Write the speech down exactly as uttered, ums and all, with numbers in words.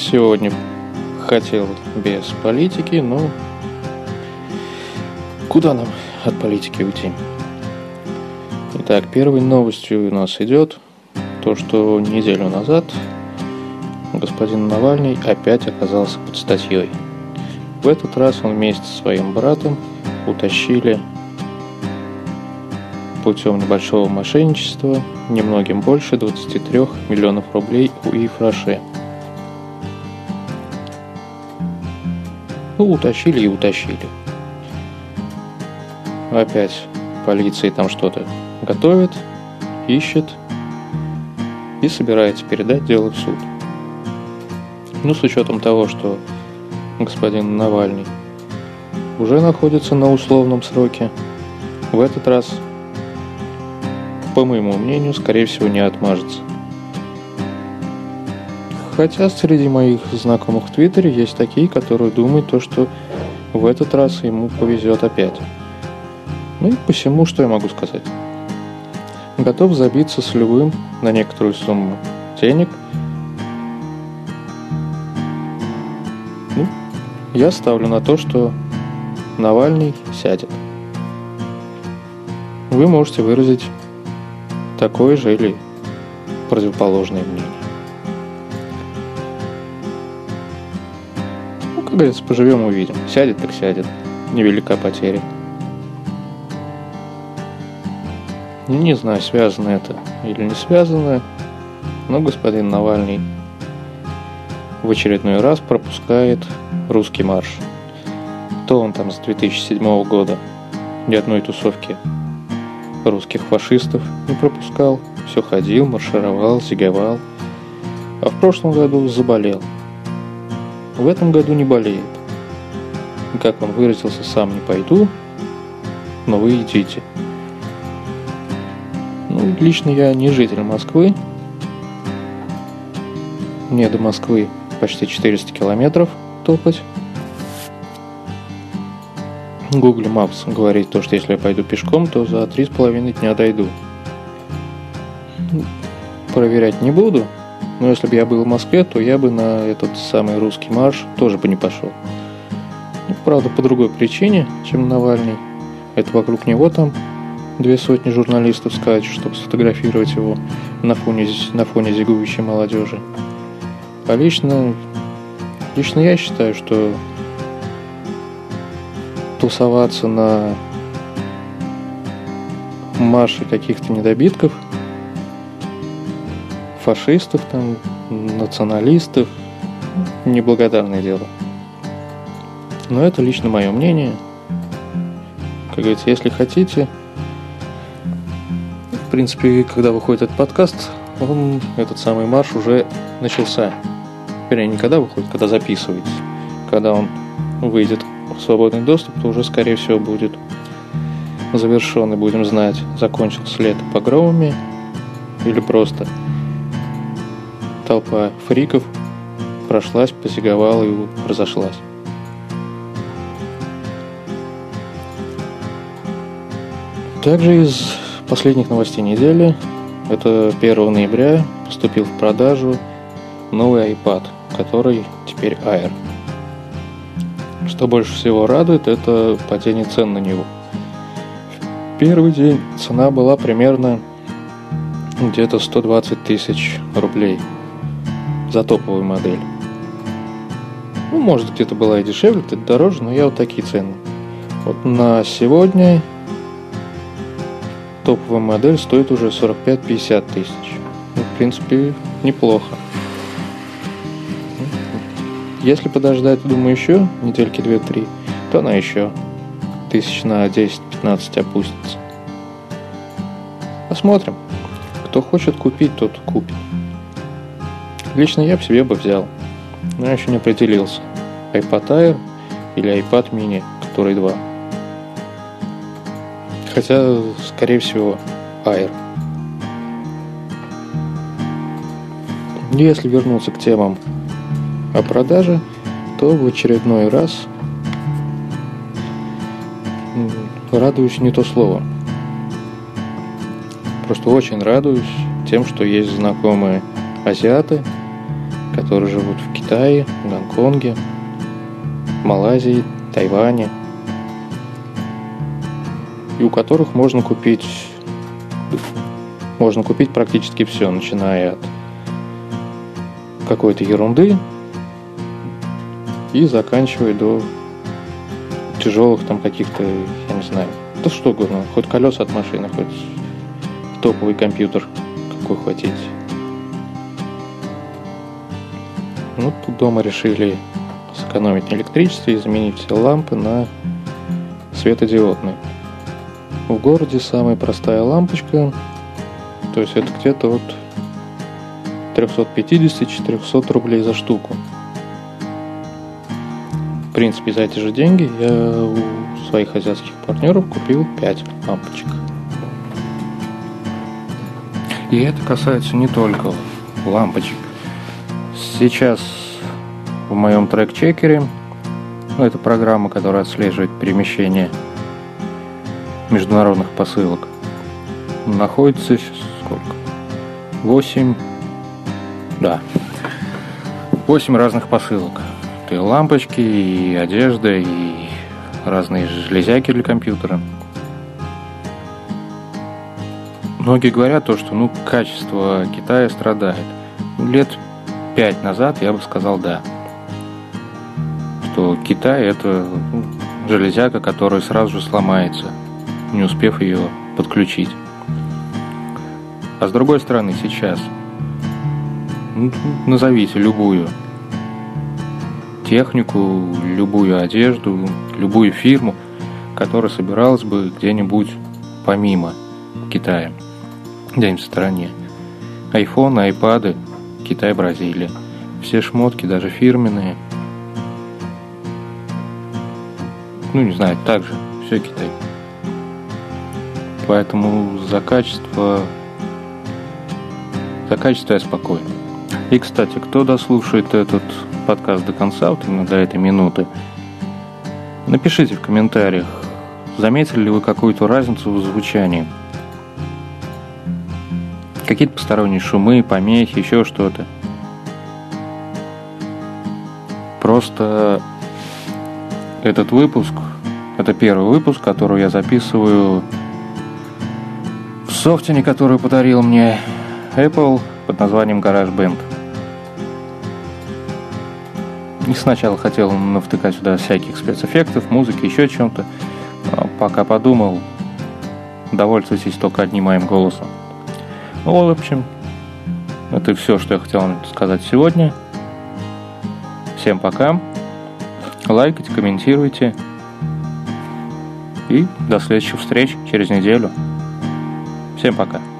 Сегодня хотел без политики, но куда нам от политики уйти? Итак, первой новостью у нас идет то, что неделю назад господин Навальный опять оказался под статьей. В этот раз он вместе со своим братом утащили путем небольшого мошенничества немногим больше двадцати трёх миллионов рублей у Ифраше. Ну, утащили и утащили. Опять полиция там что-то готовит, ищет и собирается передать дело в суд. Ну, с учетом того, что господин Навальный уже находится на условном сроке, в этот раз, по моему мнению, скорее всего, не отмажется. Хотя среди моих знакомых в Твиттере есть такие, которые думают, то, что в этот раз ему повезет опять. Ну и посему, что я могу сказать? Готов забиться с любым на некоторую сумму денег. Ну, я ставлю на то, что Навальный сядет. Вы можете выразить такое же или противоположное мнение. Ну, как говорится, поживем увидим. Сядет так сядет. Невелика потеря. Не знаю, связано это или не связано, но господин Навальный в очередной раз пропускает русский марш. То он там с две тысячи седьмого года ни одной тусовки русских фашистов не пропускал, все ходил, маршировал, зиговал, а в прошлом году заболел. В этом году не болеет. Как он выразился, сам не пойду, но вы идите. Ну, лично я не житель Москвы. Мне до Москвы почти четыреста километров топать. Google Maps говорит то, что если я пойду пешком, то за три с половиной дня дойду. Проверять не буду, но если бы я был в Москве, то я бы на этот самый русский марш тоже бы не пошел. Ну, правда, по другой причине, чем Навальный. Это вокруг него там две сотни журналистов скачут, чтобы сфотографировать его на фоне, на фоне зигующей молодежи. А лично, лично я считаю, что тусоваться на марше каких-то недобитков, фашистов, там, националистов, неблагодарное дело. Но это лично мое мнение. Как говорится, если хотите. В принципе, когда выходит этот подкаст, он, этот самый марш уже начался. Вернее, не когда выходит, когда записывается. Когда он выйдет в свободный доступ, то уже, скорее всего, будет завершен, и будем знать, закончился ли это погромами или просто толпа фриков прошлась, позиговала и разошлась. Также из последних новостей недели, это первого ноября поступил в продажу новый iPad, который теперь Air. Что больше всего радует, это падение цен на него. В первый день цена была примерно где-то сто двадцать тысяч рублей за топовую модель. Ну, может, где-то была и дешевле, где-то дороже, но я вот такие цены. Вот на сегодня топовая модель стоит уже сорок пять - пятьдесят тысяч. Ну, в принципе, неплохо. Если подождать, думаю, еще недельки две-три, то она еще тысяч на десять-пятнадцать опустится. Посмотрим. Кто хочет купить, тот купит. Лично я в себе бы взял, но я еще не определился. iPad Air или iPad mini, который два. Хотя, скорее всего, Air. Если вернуться к темам о продаже, то в очередной раз радуюсь не то слово. Просто очень радуюсь тем, что есть знакомые азиаты, которые живут в Китае, Гонконге, Малайзии, Тайване, и у которых можно купить можно купить практически все, начиная от какой-то ерунды и заканчивая до тяжелых там каких-то, я не знаю, да что угодно, хоть колеса от машины, хоть топовый компьютер, какой хотите. Ну, тут дома решили сэкономить на электричестве и заменить все лампы на светодиодные. В городе самая простая лампочка, то есть это где-то от триста пятьдесят до четыреста рублей за штуку. В принципе, за эти же деньги я у своих азиатских партнеров купил пять лампочек. И это касается не только лампочек. Сейчас в моем трек-чекере, ну, это программа, которая отслеживает перемещение международных посылок, находится сколько? восемь, да, восемь разных посылок. Это и лампочки, и одежда, и разные железяки для компьютера. Многие говорят то, что ну, качество Китая страдает. Лет пять назад я бы сказал да. Что Китай это ну, железяка, которая сразу же сломается, не успев ее подключить. А с другой стороны, сейчас ну, назовите любую технику, любую одежду, любую фирму, которая собиралась бы где-нибудь помимо Китая, где-нибудь в стране. Айфоны, айпады, Китай, Бразилия. Все шмотки, даже фирменные. Ну, не знаю, так же. Все Китай. Поэтому за качество... За качество я спокоен. И, кстати, кто дослушает этот подкаст до конца, вот именно до этой минуты, напишите в комментариях, заметили ли вы какую-то разницу в звучании. Какие-то посторонние шумы, помехи, еще что-то. Просто этот выпуск, это первый выпуск, который я записываю в софтине, который подарил мне Apple под названием GarageBand. И сначала хотел навтыкать сюда всяких спецэффектов, музыки, еще чем-то. Но пока подумал, довольствуйтесь только одним моим голосом. Ну, в общем, это все, что я хотел сказать сегодня. Всем пока. Лайкайте, комментируйте. И до следующих встреч через неделю. Всем пока.